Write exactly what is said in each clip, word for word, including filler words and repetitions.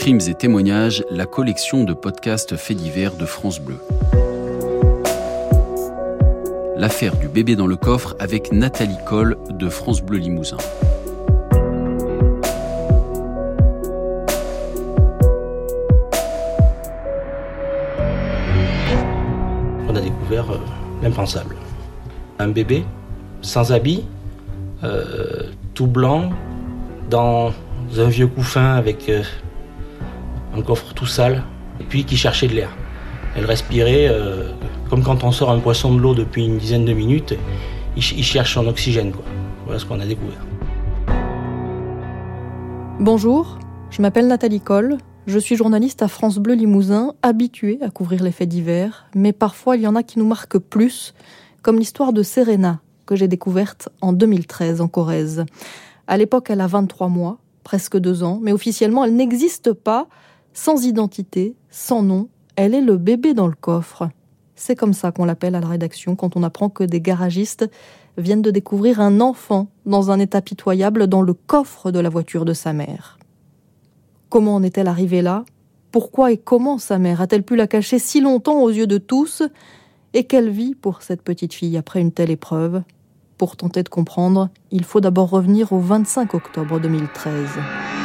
Crimes et témoignages, la collection de podcasts faits divers de France Bleu. L'affaire du bébé dans le coffre avec Nathalie Coll de France Bleu Limousin. On a découvert euh, l'impensable. Un bébé sans habit, euh, tout blanc, dans un vieux couffin avec euh, un coffre tout sale, et puis qui cherchait de l'air. Elle respirait euh, comme quand on sort un poisson de l'eau depuis une dizaine de minutes, il, il cherche son oxygène, quoi. Voilà ce qu'on a découvert. Bonjour, je m'appelle Nathalie Coll, je suis journaliste à France Bleu Limousin, habituée à couvrir les faits divers, mais parfois il y en a qui nous marquent plus, comme l'histoire de Serena, que j'ai découverte en deux mille treize en Corrèze. À l'époque, elle a vingt-trois mois, presque deux ans, mais officiellement, elle n'existe pas, sans identité, sans nom. Elle est le bébé dans le coffre. C'est comme ça qu'on l'appelle à la rédaction quand on apprend que des garagistes viennent de découvrir un enfant dans un état pitoyable dans le coffre de la voiture de sa mère. Comment en est-elle arrivée là ? Pourquoi et comment sa mère a-t-elle pu la cacher si longtemps aux yeux de tous ? Et quelle vie pour cette petite fille après une telle épreuve ? Pour tenter de comprendre, il faut d'abord revenir au vingt-cinq octobre deux mille treize.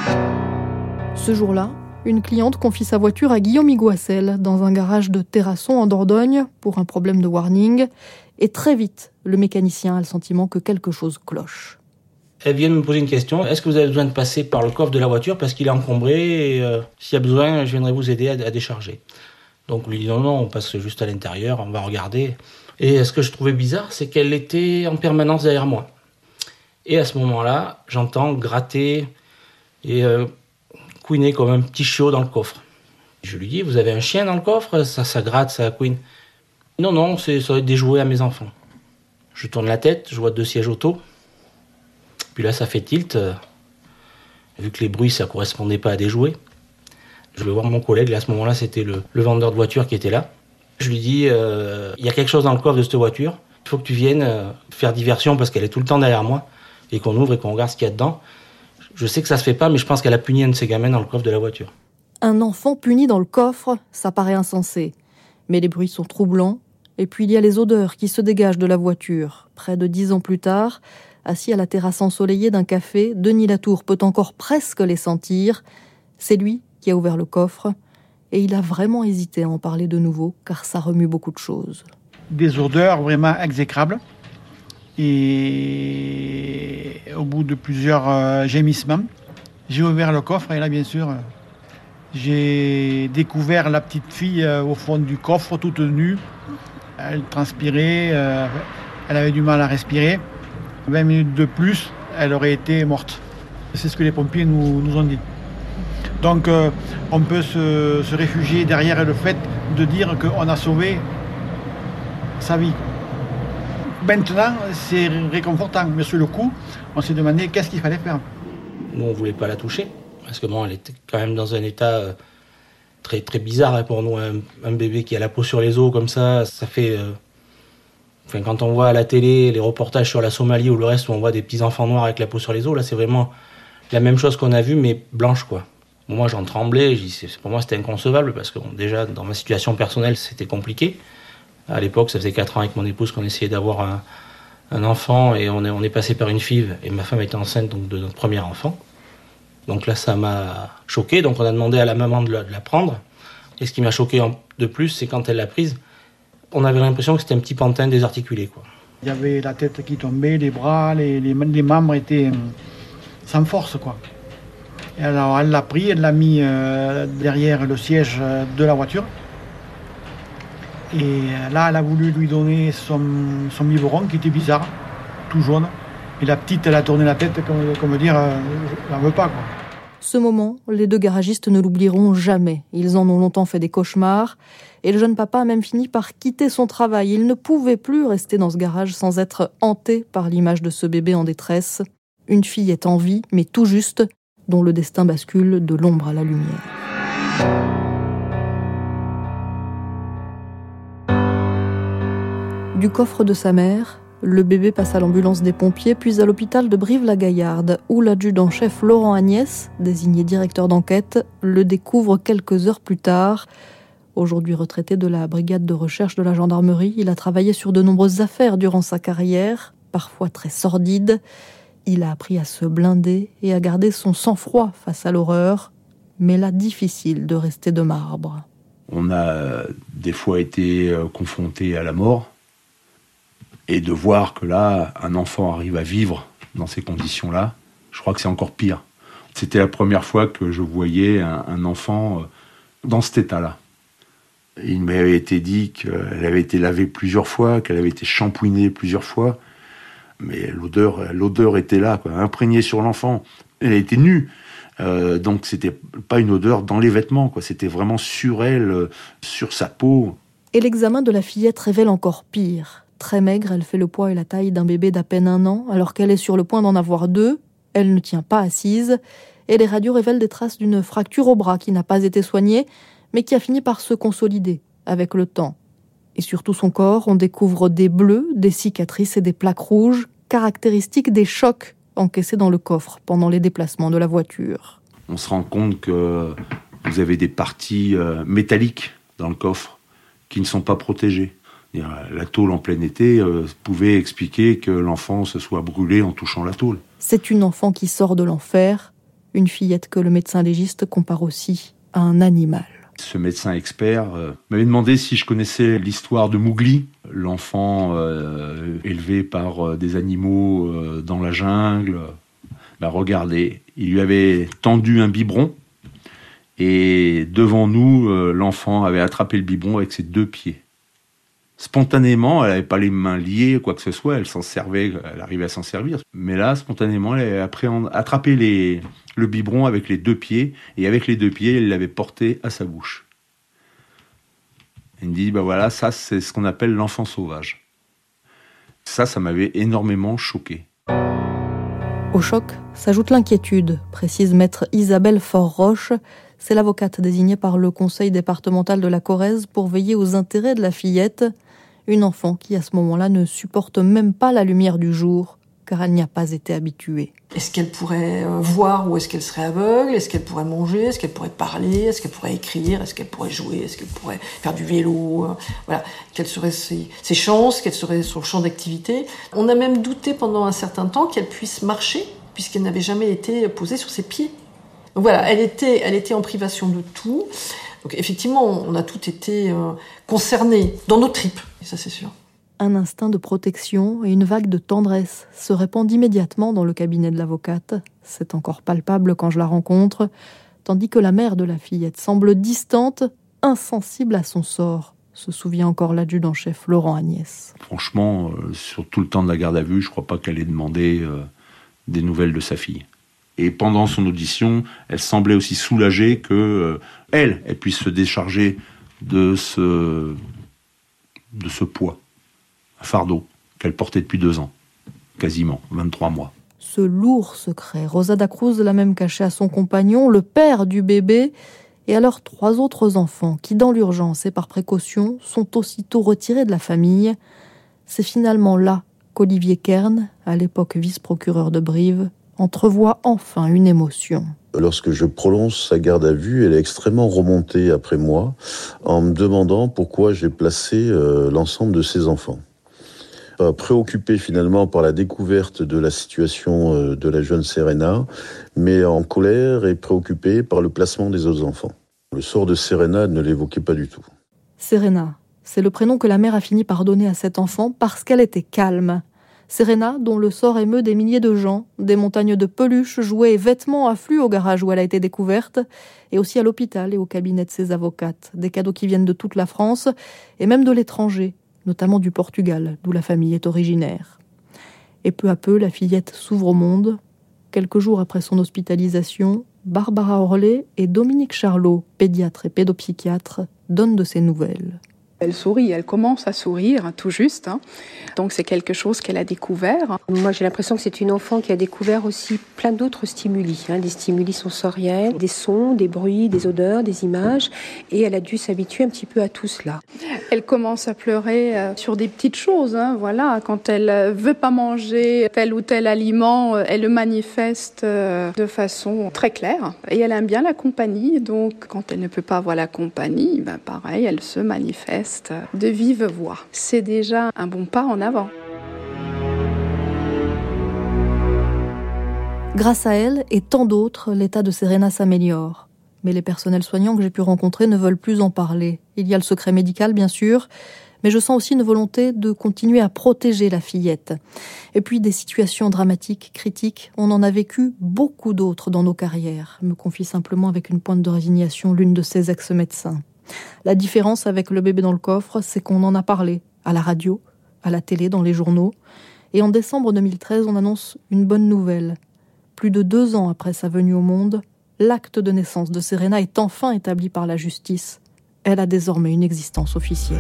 Ce jour-là, une cliente confie sa voiture à Guillaume Iguassel dans un garage de Terrasson en Dordogne pour un problème de warning. Et très vite, le mécanicien a le sentiment que quelque chose cloche. Elle vient de me poser une question. Est-ce que vous avez besoin de passer par le coffre de la voiture parce qu'il est encombré et euh, s'il y a besoin, je viendrai vous aider à, à décharger. Donc on lui dit non, non, on passe juste à l'intérieur, on va regarder. Et ce que je trouvais bizarre, c'est qu'elle était en permanence derrière moi. Et à ce moment-là, j'entends gratter et euh, couiner comme un petit chiot dans le coffre. Je lui dis, vous avez un chien dans le coffre ? Ça, ça gratte, ça couine. Non, non, c'est, ça va être des jouets à mes enfants. Je tourne la tête, je vois deux sièges auto. Puis là, ça fait tilt. Euh, vu que les bruits, ça ne correspondait pas à des jouets. Je vais voir mon collègue, là, à ce moment-là, c'était le, le vendeur de voitures qui était là. Je lui dis, euh, il y a quelque chose dans le coffre de cette voiture. Il faut que tu viennes euh, faire diversion parce qu'elle est tout le temps derrière moi et qu'on ouvre et qu'on regarde ce qu'il y a dedans. Je sais que ça se fait pas, mais je pense qu'elle a puni un de ses gamins dans le coffre de la voiture. Un enfant puni dans le coffre, ça paraît insensé. Mais les bruits sont troublants. Et puis il y a les odeurs qui se dégagent de la voiture. Près de dix ans plus tard, assis à la terrasse ensoleillée d'un café, Denis Latour peut encore presque les sentir. C'est lui qui a ouvert le coffre. Et il a vraiment hésité à en parler de nouveau, car ça remue beaucoup de choses. Des odeurs vraiment exécrables. Et au bout de plusieurs euh, gémissements, j'ai ouvert le coffre et là, bien sûr, euh, j'ai découvert la petite fille euh, au fond du coffre, toute nue. Elle transpirait, euh, elle avait du mal à respirer. vingt minutes de plus, elle aurait été morte. C'est ce que les pompiers nous, nous ont dit. Donc, euh, on peut se, se réfugier derrière le fait de dire qu'on a sauvé sa vie. Maintenant, c'est réconfortant, mais sur le coup, on s'est demandé qu'est-ce qu'il fallait faire. Nous, on ne voulait pas la toucher, parce que bon, elle était quand même dans un état euh, très, très bizarre pour nous. Un, un bébé qui a la peau sur les os comme ça, ça fait... Euh, enfin, quand on voit à la télé les reportages sur la Somalie ou le reste où on voit des petits enfants noirs avec la peau sur les os, là, c'est vraiment la même chose qu'on a vue, mais blanche, quoi. Moi, j'en tremblais. Pour moi, c'était inconcevable, parce que bon, déjà, dans ma situation personnelle, c'était compliqué. À l'époque, ça faisait quatre ans avec mon épouse qu'on essayait d'avoir un, un enfant et on est, on est passé par une F I V et ma femme était enceinte donc, de notre premier enfant. Donc là, ça m'a choqué. Donc on a demandé à la maman de la, de la prendre. Et ce qui m'a choqué de plus, c'est quand elle l'a prise, on avait l'impression que c'était un petit pantin désarticulé, quoi. Il y avait la tête qui tombait, les bras, les, les, les membres étaient sans force, quoi. Et alors elle l'a pris, elle l'a mis euh, derrière le siège de la voiture. Et là, elle a voulu lui donner son, son biberon qui était bizarre, tout jaune. Et la petite, elle a tourné la tête comme, comme dire euh, « j'en veux pas ». Quoi. Ce moment, les deux garagistes ne l'oublieront jamais. Ils en ont longtemps fait des cauchemars. Et le jeune papa a même fini par quitter son travail. Il ne pouvait plus rester dans ce garage sans être hanté par l'image de ce bébé en détresse. Une fille est en vie, mais tout juste, dont le destin bascule de l'ombre à la lumière. Du coffre de sa mère, Le bébé passe à l'ambulance des pompiers, puis à l'hôpital de Brive-la-Gaillarde, où l'adjudant-chef Laurent Agnès, désigné directeur d'enquête, le découvre quelques heures plus tard. Aujourd'hui retraité de la brigade de recherche de la gendarmerie, il a travaillé sur de nombreuses affaires durant sa carrière, parfois très sordides. Il a appris à se blinder et à garder son sang-froid face à l'horreur, mais là, difficile de rester de marbre. On a des fois été confrontés à la mort, et de voir que là, un enfant arrive à vivre dans ces conditions-là, je crois que c'est encore pire. C'était la première fois que je voyais un, un enfant dans cet état-là. Il m'avait été dit qu'elle avait été lavée plusieurs fois, qu'elle avait été shampouinée plusieurs fois, mais l'odeur, l'odeur était là, quoi, imprégnée sur l'enfant. Elle était nue, euh, donc c'était pas une odeur dans les vêtements, quoi. C'était vraiment sur elle, sur sa peau. Et l'examen de la fillette révèle encore pire. Très maigre, elle fait le poids et la taille d'un bébé d'à peine un an, alors qu'elle est sur le point d'en avoir deux. Elle ne tient pas assise, et les radios révèlent des traces d'une fracture au bras qui n'a pas été soignée, mais qui a fini par se consolider avec le temps. Et sur tout son corps, on découvre des bleus, des cicatrices et des plaques rouges, caractéristiques des chocs encaissés dans le coffre pendant les déplacements de la voiture. On se rend compte que vous avez des parties euh, métalliques dans le coffre qui ne sont pas protégées. La tôle en plein été euh, pouvait expliquer que l'enfant se soit brûlé en touchant la tôle. C'est une enfant qui sort de l'enfer, une fillette que le médecin légiste compare aussi à un animal. Ce médecin expert euh, m'avait demandé si je connaissais l'histoire de Mowgli, l'enfant euh, élevé par euh, des animaux euh, dans la jungle. Ben, regardez, il lui avait tendu un biberon et devant nous, euh, l'enfant avait attrapé le biberon avec ses deux pieds. Spontanément, elle n'avait pas les mains liées, quoi que ce soit, elle s'en servait, elle arrivait à s'en servir. Mais là, spontanément, elle avait appréhend... attrapé les... le biberon avec les deux pieds, et avec les deux pieds, elle l'avait porté à sa bouche. Elle me dit, ben voilà, ça, c'est ce qu'on appelle l'enfant sauvage. Ça, ça m'avait énormément choqué. Au choc s'ajoute l'inquiétude, précise maître Isabelle Fort-Roche. C'est l'avocate désignée par le conseil départemental de la Corrèze pour veiller aux intérêts de la fillette. Une enfant qui, à ce moment-là, ne supporte même pas la lumière du jour, car elle n'y a pas été habituée. Est-ce qu'elle pourrait voir ou est-ce qu'elle serait aveugle ? Est-ce qu'elle pourrait manger ? Est-ce qu'elle pourrait parler ? Est-ce qu'elle pourrait écrire ? Est-ce qu'elle pourrait jouer ? Est-ce qu'elle pourrait faire du vélo ? Voilà. Quelles seraient ses, ses chances ? Quel serait son champ d'activité ? On a même douté pendant un certain temps qu'elle puisse marcher, puisqu'elle n'avait jamais été posée sur ses pieds. Donc voilà, elle était, elle était en privation de tout. Donc effectivement, on a tout été euh, concernés dans nos tripes, ça c'est sûr. Un instinct de protection et une vague de tendresse se répandent immédiatement dans le cabinet de l'avocate. C'est encore palpable quand je la rencontre, tandis que la mère de la fillette semble distante, insensible à son sort, se souvient encore l'adjudant-chef Laurent Agnès. Franchement, euh, sur tout le temps de la garde à vue, je ne crois pas qu'elle ait demandé euh, des nouvelles de sa fille. Et pendant son audition, elle semblait aussi soulagée que euh, elle, elle puisse se décharger de ce, de ce poids, un fardeau qu'elle portait depuis deux ans, quasiment, vingt-trois mois. Ce lourd secret, Rosada Cruz l'a même caché à son compagnon, le père du bébé, et à leurs trois autres enfants, qui dans l'urgence et par précaution, sont aussitôt retirés de la famille. C'est finalement là qu'Olivier Kern, à l'époque vice-procureur de Brive, entrevoit enfin une émotion. Lorsque je prolonge sa garde à vue, elle est extrêmement remontée après moi, en me demandant pourquoi j'ai placé euh, l'ensemble de ses enfants. Euh, préoccupé finalement par la découverte de la situation euh, de la jeune Serena, mais en colère et préoccupé par le placement des autres enfants. Le sort de Serena ne l'évoquait pas du tout. Serena, c'est le prénom que la mère a fini par donner à cet enfant parce qu'elle était calme. Serena, dont le sort émeut des milliers de gens, des montagnes de peluches, jouets et vêtements affluent au garage où elle a été découverte, et aussi à l'hôpital et au cabinet de ses avocates. Des cadeaux qui viennent de toute la France, et même de l'étranger, notamment du Portugal, d'où la famille est originaire. Et peu à peu, la fillette s'ouvre au monde. Quelques jours après son hospitalisation, Barbara Orlé et Dominique Charlot, pédiatre et pédopsychiatre, donnent de ses nouvelles. Elle sourit, elle commence à sourire, tout juste. Hein. Donc c'est quelque chose qu'elle a découvert. Moi j'ai l'impression que c'est une enfant qui a découvert aussi plein d'autres stimuli, hein, des stimuli sensoriels, des sons, des bruits, des odeurs, des images. Et elle a dû s'habituer un petit peu à tout cela. Elle commence à pleurer euh, sur des petites choses. Hein, voilà. Quand elle ne veut pas manger tel ou tel aliment, elle le manifeste euh, de façon très claire. Et elle aime bien la compagnie. Donc quand elle ne peut pas avoir la compagnie, ben, pareil, elle se manifeste de vive voix. C'est déjà un bon pas en avant. Grâce à elle et tant d'autres, l'état de Serena s'améliore. Mais les personnels soignants que j'ai pu rencontrer ne veulent plus en parler. Il y a le secret médical, bien sûr, mais je sens aussi une volonté de continuer à protéger la fillette. Et puis des situations dramatiques, critiques, on en a vécu beaucoup d'autres dans nos carrières, me confie simplement avec une pointe de résignation l'une de ses ex-médecins. La différence avec le bébé dans le coffre, c'est qu'on en a parlé à la radio, à la télé, dans les journaux. Et en décembre deux mille treize, on annonce une bonne nouvelle. Plus de deux ans après sa venue au monde, l'acte de naissance de Serena est enfin établi par la justice. Elle a désormais une existence officielle.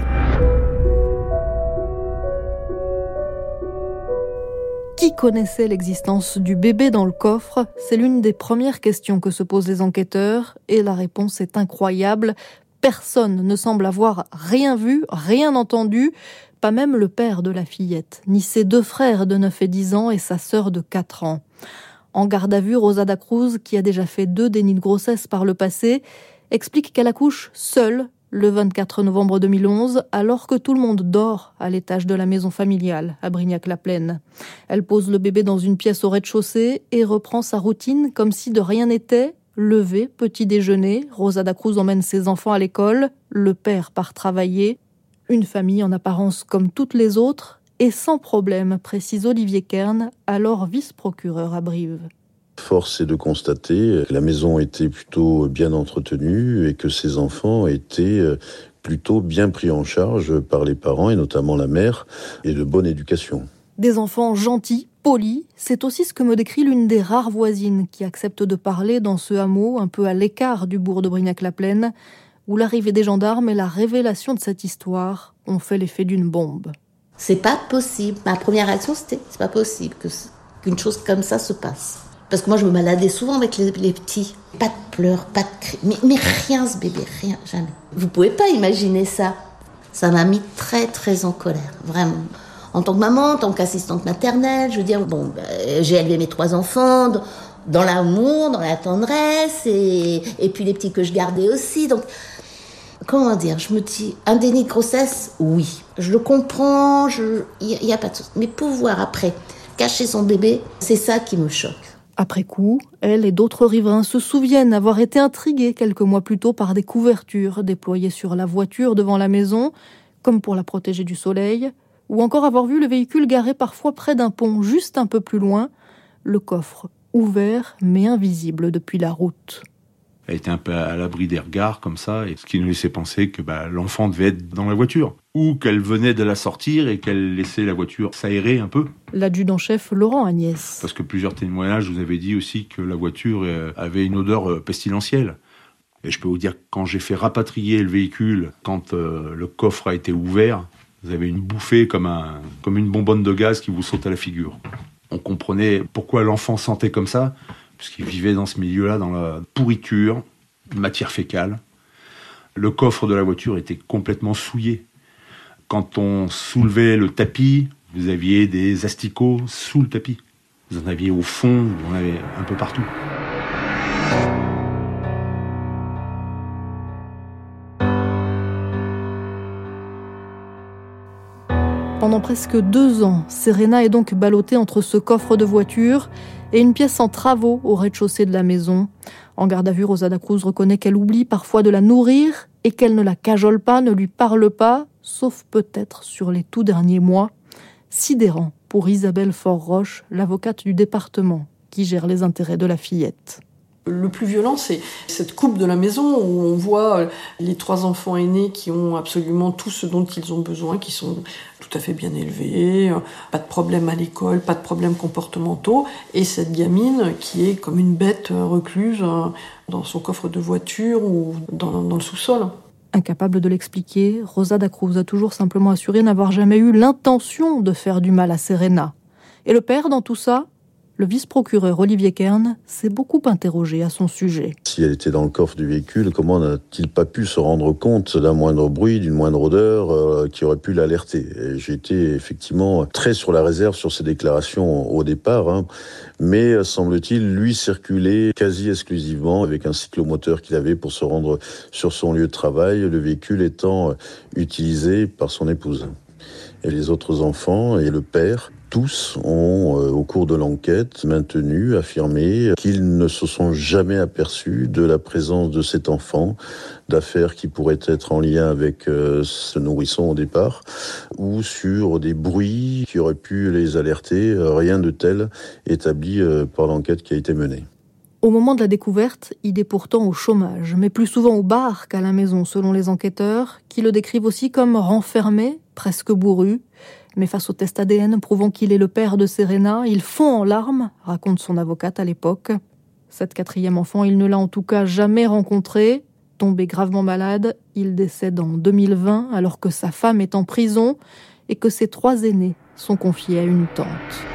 Qui connaissait l'existence du bébé dans le coffre ? C'est l'une des premières questions que se posent les enquêteurs, et la réponse est incroyable. Personne ne semble avoir rien vu, rien entendu, pas même le père de la fillette, ni ses deux frères de neuf et dix ans et sa sœur de quatre ans. En garde à vue, Rosa da Cruz, qui a déjà fait deux dénis de grossesse par le passé, explique qu'elle accouche seule le vingt-quatre novembre deux mille onze, alors que tout le monde dort à l'étage de la maison familiale, à Brignac-la-Plaine. Elle pose le bébé dans une pièce au rez-de-chaussée et reprend sa routine comme si de rien n'était. Lever, petit déjeuner, Rosa da Cruz emmène ses enfants à l'école, le père part travailler. Une famille en apparence comme toutes les autres, et sans problème, précise Olivier Kern, alors vice-procureur à Brive. Force est de constater que la maison était plutôt bien entretenue et que ses enfants étaient plutôt bien pris en charge par les parents, et notamment la mère, et de bonne éducation. Des enfants gentils, polis, c'est aussi ce que me décrit l'une des rares voisines qui accepte de parler dans ce hameau un peu à l'écart du bourg de Brignac-la-Plaine, où l'arrivée des gendarmes et la révélation de cette histoire ont fait l'effet d'une bombe. C'est pas possible. Ma première réaction, c'était c'est pas possible que, qu'une chose comme ça se passe. Parce que moi, je me baladais souvent avec les, les petits. Pas de pleurs, pas de cris, mais, mais rien, ce bébé, rien, jamais. Vous pouvez pas imaginer ça. Ça m'a mis très, très en colère, vraiment. En tant que maman, en tant qu'assistante maternelle, je veux dire, bon, bah, j'ai élevé mes trois enfants dans, dans l'amour, dans la tendresse, et, et puis les petits que je gardais aussi. Donc, comment dire, je me dis, un déni de grossesse, oui. Je le comprends, il n'y a, a pas de souci. Mais pouvoir après cacher son bébé, c'est ça qui me choque. Après coup, elle et d'autres riverains se souviennent avoir été intrigués quelques mois plus tôt par des couvertures déployées sur la voiture devant la maison, comme pour la protéger du soleil, ou encore avoir vu le véhicule garé parfois près d'un pont juste un peu plus loin, le coffre ouvert mais invisible depuis la route. Elle était un peu à l'abri des regards comme ça, et ce qui nous laissait penser que bah, l'enfant devait être dans la voiture, ou qu'elle venait de la sortir et qu'elle laissait la voiture s'aérer un peu. L'adjudant-chef Laurent Agnès. Parce que plusieurs témoignages vous avaient dit aussi que la voiture avait une odeur pestilentielle. Et je peux vous dire que quand j'ai fait rapatrier le véhicule, quand euh, le coffre a été ouvert, vous avez une bouffée comme, un, comme une bonbonne de gaz qui vous saute à la figure. On comprenait pourquoi l'enfant sentait comme ça, puisqu'il vivait dans ce milieu-là, dans la pourriture, matière fécale. Le coffre de la voiture était complètement souillé. Quand on soulevait le tapis, vous aviez des asticots sous le tapis. Vous en aviez au fond, vous en avez un peu partout. Pendant presque deux ans, Serena est donc ballottée entre ce coffre de voiture et une pièce en travaux au rez-de-chaussée de la maison. En garde à vue, Rosa da Cruz reconnaît qu'elle oublie parfois de la nourrir et qu'elle ne la cajole pas, ne lui parle pas, sauf peut-être sur les tout derniers mois. Sidérant pour Isabelle Fort-Roche, l'avocate du département qui gère les intérêts de la fillette. Le plus violent, c'est cette coupe de la maison où on voit les trois enfants aînés qui ont absolument tout ce dont ils ont besoin, qui sont tout à fait bien élevés, pas de problème à l'école, pas de problèmes comportementaux, et cette gamine qui est comme une bête recluse dans son coffre de voiture ou dans, dans le sous-sol. Incapable de l'expliquer, Rosa da Cruz a toujours simplement assuré n'avoir jamais eu l'intention de faire du mal à Serena. Et le père, dans tout ça, le vice-procureur Olivier Kern s'est beaucoup interrogé à son sujet. Si elle était dans le coffre du véhicule, comment n'a-t-il pas pu se rendre compte d'un moindre bruit, d'une moindre odeur euh, qui aurait pu l'alerter ? Et j'ai été effectivement très sur la réserve sur ses déclarations au départ, hein, mais semble-t-il, lui circulait quasi exclusivement avec un cyclomoteur qu'il avait pour se rendre sur son lieu de travail, le véhicule étant utilisé par son épouse. Et les autres enfants et le père, tous ont, euh, au cours de l'enquête, maintenu, affirmé qu'ils ne se sont jamais aperçus de la présence de cet enfant, d'affaires qui pourraient être en lien avec euh, ce nourrisson au départ, ou sur des bruits qui auraient pu les alerter, euh, rien de tel établi euh, par l'enquête qui a été menée. Au moment de la découverte, il est pourtant au chômage, mais plus souvent au bar qu'à la maison, selon les enquêteurs, qui le décrivent aussi comme renfermé, presque bourru. Mais face au test A D N prouvant qu'il est le père de Serena, il fond en larmes, raconte son avocate à l'époque. Cette quatrième enfant, il ne l'a en tout cas jamais rencontrée. Tombé gravement malade, il décède en deux mille vingt alors que sa femme est en prison et que ses trois aînés sont confiés à une tante.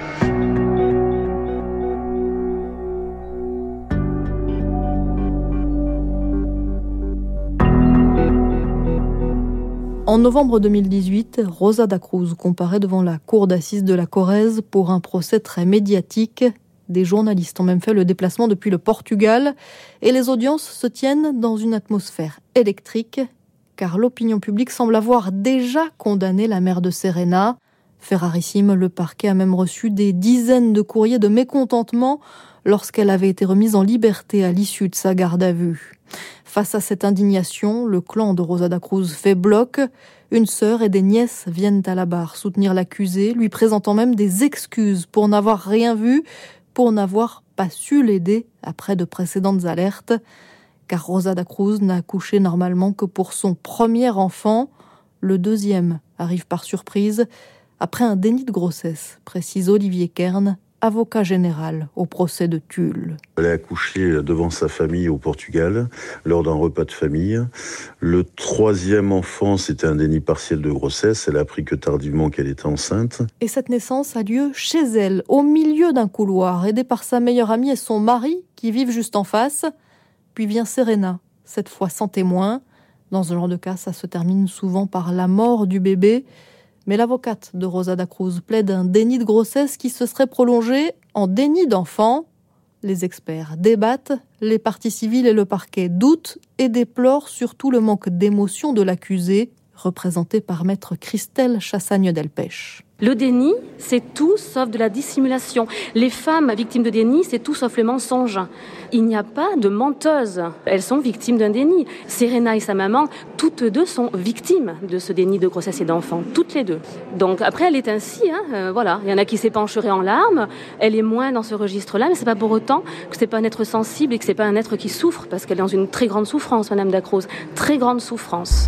En novembre deux mille dix-huit, Rosa da Cruz comparaît devant la cour d'assises de la Corrèze pour un procès très médiatique. Des journalistes ont même fait le déplacement depuis le Portugal et les audiences se tiennent dans une atmosphère électrique car l'opinion publique semble avoir déjà condamné la mère de Serena. Fait rarissime, le parquet a même reçu des dizaines de courriers de mécontentement lorsqu'elle avait été remise en liberté à l'issue de sa garde à vue. Face à cette indignation, le clan de Rosa da Cruz fait bloc. Une sœur et des nièces viennent à la barre soutenir l'accusé, lui présentant même des excuses pour n'avoir rien vu, pour n'avoir pas su l'aider après de précédentes alertes. Car Rosa da Cruz n'a accouché normalement que pour son premier enfant. Le deuxième arrive par surprise après un déni de grossesse, précise Olivier Kern, avocat général au procès de Tulle. Elle a accouché devant sa famille au Portugal, lors d'un repas de famille. Le troisième enfant, c'était un déni partiel de grossesse. Elle a appris que tardivement qu'elle était enceinte. Et cette naissance a lieu chez elle, au milieu d'un couloir, aidée par sa meilleure amie et son mari, qui vivent juste en face. Puis vient Serena, cette fois sans témoin. Dans ce genre de cas, ça se termine souvent par la mort du bébé. Mais l'avocate de Rosa da Cruz plaide un déni de grossesse qui se serait prolongé en déni d'enfant. Les experts débattent, les parties civiles et le parquet doutent et déplorent surtout le manque d'émotion de l'accusé, représenté par maître Christelle Chassagne-Delpech. Le déni, c'est tout sauf de la dissimulation. Les femmes victimes de déni, c'est tout sauf le mensonge. Il n'y a pas de menteuse. Elles sont victimes d'un déni. Serena et sa maman, toutes deux sont victimes de ce déni de grossesse et d'enfant. Toutes les deux. Donc après, elle est ainsi. Hein, euh, voilà. Il y en a qui s'épancheraient en larmes. Elle est moins dans ce registre-là, mais c'est pas pour autant que c'est pas un être sensible et que c'est pas un être qui souffre, parce qu'elle est dans une très grande souffrance, Madame da Cruz. Très grande souffrance.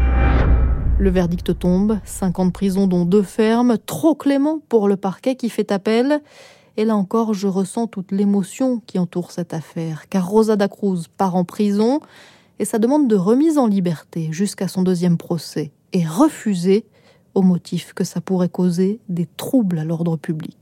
Le verdict tombe, cinq ans de prison dont deux fermes, trop clément pour le parquet qui fait appel. Et là encore, je ressens toute l'émotion qui entoure cette affaire, car Rosa da Cruz part en prison et sa demande de remise en liberté jusqu'à son deuxième procès est refusée au motif que ça pourrait causer des troubles à l'ordre public.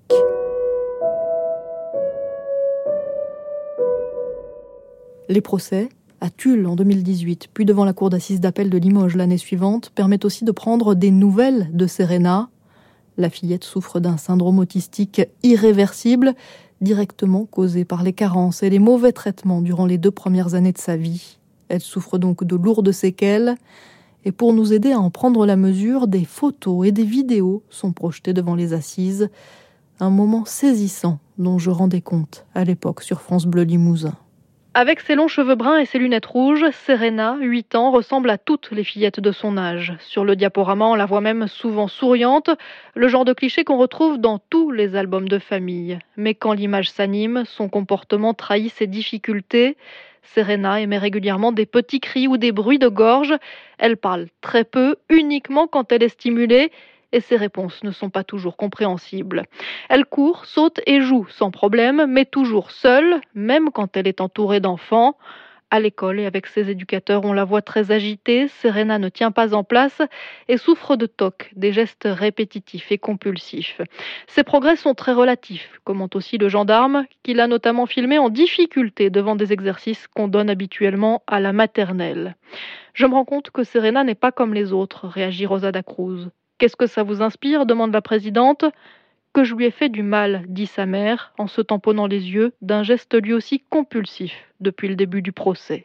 Les procès, à Tulle en deux mille dix-huit, puis devant la cour d'assises d'appel de Limoges l'année suivante, permettent aussi de prendre des nouvelles de Serena. La fillette souffre d'un syndrome autistique irréversible, directement causé par les carences et les mauvais traitements durant les deux premières années de sa vie. Elle souffre donc de lourdes séquelles. Et pour nous aider à en prendre la mesure, des photos et des vidéos sont projetées devant les assises. Un moment saisissant dont je rendais compte à l'époque sur France Bleu Limousin. Avec ses longs cheveux bruns et ses lunettes rouges, Serena, huit ans, ressemble à toutes les fillettes de son âge. Sur le diaporama, on la voit même souvent souriante, le genre de cliché qu'on retrouve dans tous les albums de famille. Mais quand l'image s'anime, son comportement trahit ses difficultés. Serena émet régulièrement des petits cris ou des bruits de gorge. Elle parle très peu, uniquement quand elle est stimulée, et ses réponses ne sont pas toujours compréhensibles. Elle court, saute et joue sans problème, mais toujours seule, même quand elle est entourée d'enfants. À l'école et avec ses éducateurs, on la voit très agitée. Serena ne tient pas en place et souffre de T O C, des gestes répétitifs et compulsifs. Ses progrès sont très relatifs, commente aussi le gendarme, qui l'a notamment filmé en difficulté devant des exercices qu'on donne habituellement à la maternelle. Je me rends compte que Serena n'est pas comme les autres, réagit Rosa da Cruz. Qu'est-ce que ça vous inspire ? Demande la présidente. Que je lui ai fait du mal, dit sa mère, en se tamponnant les yeux d'un geste lui aussi compulsif depuis le début du procès.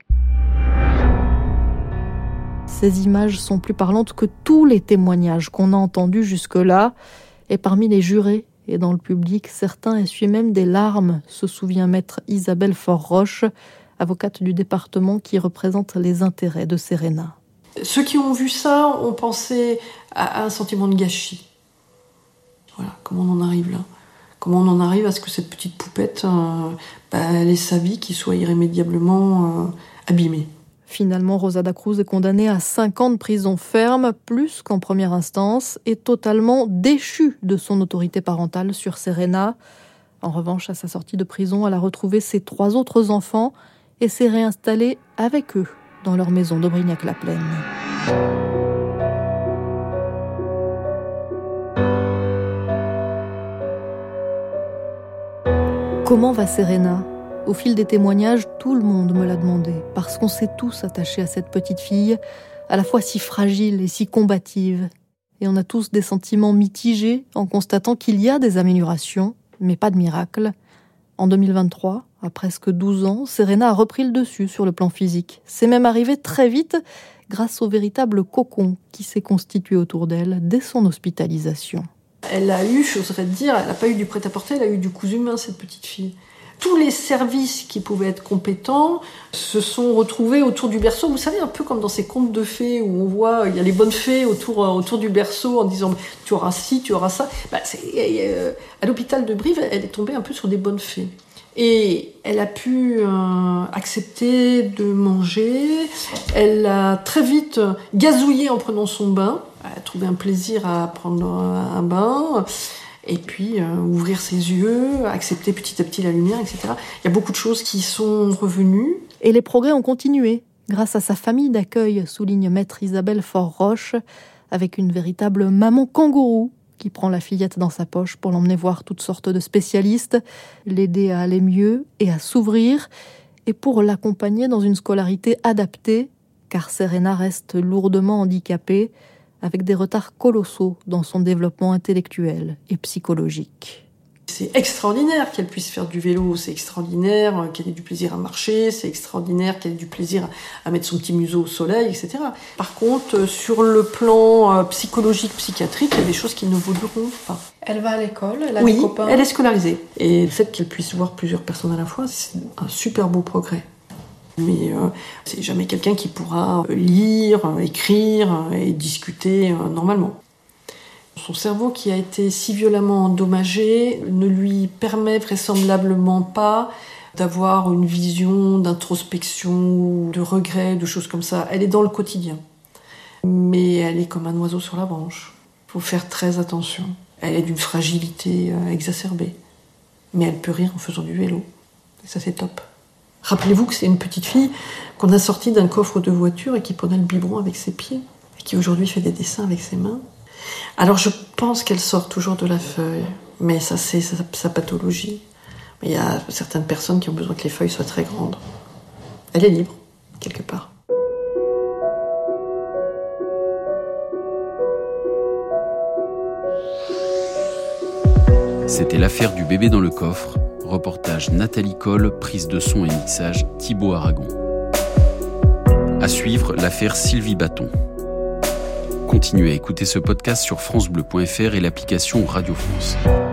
Ces images sont plus parlantes que tous les témoignages qu'on a entendus jusque-là. Et parmi les jurés et dans le public, certains essuient même des larmes, se souvient maître Isabelle Faure-Roche, avocate du département qui représente les intérêts de Serena. Ceux qui ont vu ça ont pensé à un sentiment de gâchis. Voilà, comment on en arrive là ? Comment on en arrive à ce que cette petite poupette, euh, bah, elle ait sa vie qui soit irrémédiablement euh, abîmée. Finalement, Rosa da Cruz est condamnée à cinq ans de prison ferme, plus qu'en première instance, et totalement déchue de son autorité parentale sur Serena. En revanche, à sa sortie de prison, elle a retrouvé ses trois autres enfants et s'est réinstallée avec eux dans leur maison d'Aubrignac-la-Plaine. Comment va Serena ? Au fil des témoignages, tout le monde me l'a demandé, parce qu'on s'est tous attachés à cette petite fille, à la fois si fragile et si combative. Et on a tous des sentiments mitigés en constatant qu'il y a des améliorations, mais pas de miracle. En deux mille vingt-trois, à presque douze ans, Serena a repris le dessus sur le plan physique. C'est même arrivé très vite grâce au véritable cocon qui s'est constitué autour d'elle dès son hospitalisation. Elle a eu, j'oserais dire, elle n'a pas eu du prêt-à-porter, elle a eu du cousu humain, cette petite fille. Tous les services qui pouvaient être compétents se sont retrouvés autour du berceau. Vous savez, un peu comme dans ces contes de fées où on voit, il y a les bonnes fées autour, autour du berceau en disant « tu auras ci, tu auras ça ». Bah, c'est, euh, à l'hôpital de Brive, elle est tombée un peu sur des bonnes fées. Et elle a pu euh, accepter de manger. Elle a très vite gazouillé en prenant son bain. Elle a trouvé un plaisir à prendre un bain. Et puis euh, ouvrir ses yeux, accepter petit à petit la lumière, et cetera. Il y a beaucoup de choses qui sont revenues. Et les progrès ont continué, grâce à sa famille d'accueil, souligne maître Isabelle Faure-Roche, avec une véritable maman kangourou qui prend la fillette dans sa poche pour l'emmener voir toutes sortes de spécialistes, l'aider à aller mieux et à s'ouvrir, et pour l'accompagner dans une scolarité adaptée, car Serena reste lourdement handicapée, avec des retards colossaux dans son développement intellectuel et psychologique. C'est extraordinaire qu'elle puisse faire du vélo, c'est extraordinaire qu'elle ait du plaisir à marcher, c'est extraordinaire qu'elle ait du plaisir à mettre son petit museau au soleil, et cetera. Par contre, sur le plan psychologique, psychiatrique, il y a des choses qui ne vaudront pas. Elle va à l'école, elle a oui, des copains. Oui, elle est scolarisée. Et le fait qu'elle puisse voir plusieurs personnes à la fois, c'est un super beau progrès. Mais euh, c'est jamais quelqu'un qui pourra lire, écrire et discuter euh, normalement. Son cerveau qui a été si violemment endommagé ne lui permet vraisemblablement pas d'avoir une vision d'introspection, de regret, de choses comme ça. Elle est dans le quotidien. Mais elle est comme un oiseau sur la branche. Il faut faire très attention. Elle est d'une fragilité euh, exacerbée. Mais elle peut rire en faisant du vélo. Et ça, c'est top. Rappelez-vous que c'est une petite fille qu'on a sortie d'un coffre de voiture et qui prenait le biberon avec ses pieds et qui aujourd'hui fait des dessins avec ses mains. Alors je pense qu'elle sort toujours de la feuille, mais ça c'est sa, sa pathologie. Mais il y a certaines personnes qui ont besoin que les feuilles soient très grandes. Elle est libre, quelque part. C'était l'affaire du bébé dans le coffre. Reportage Nathalie Coll, prise de son et mixage Thibaut Aragon. À suivre, l'affaire Sylvie Bâton. Continuez à écouter ce podcast sur francebleu point f r et l'application Radio France.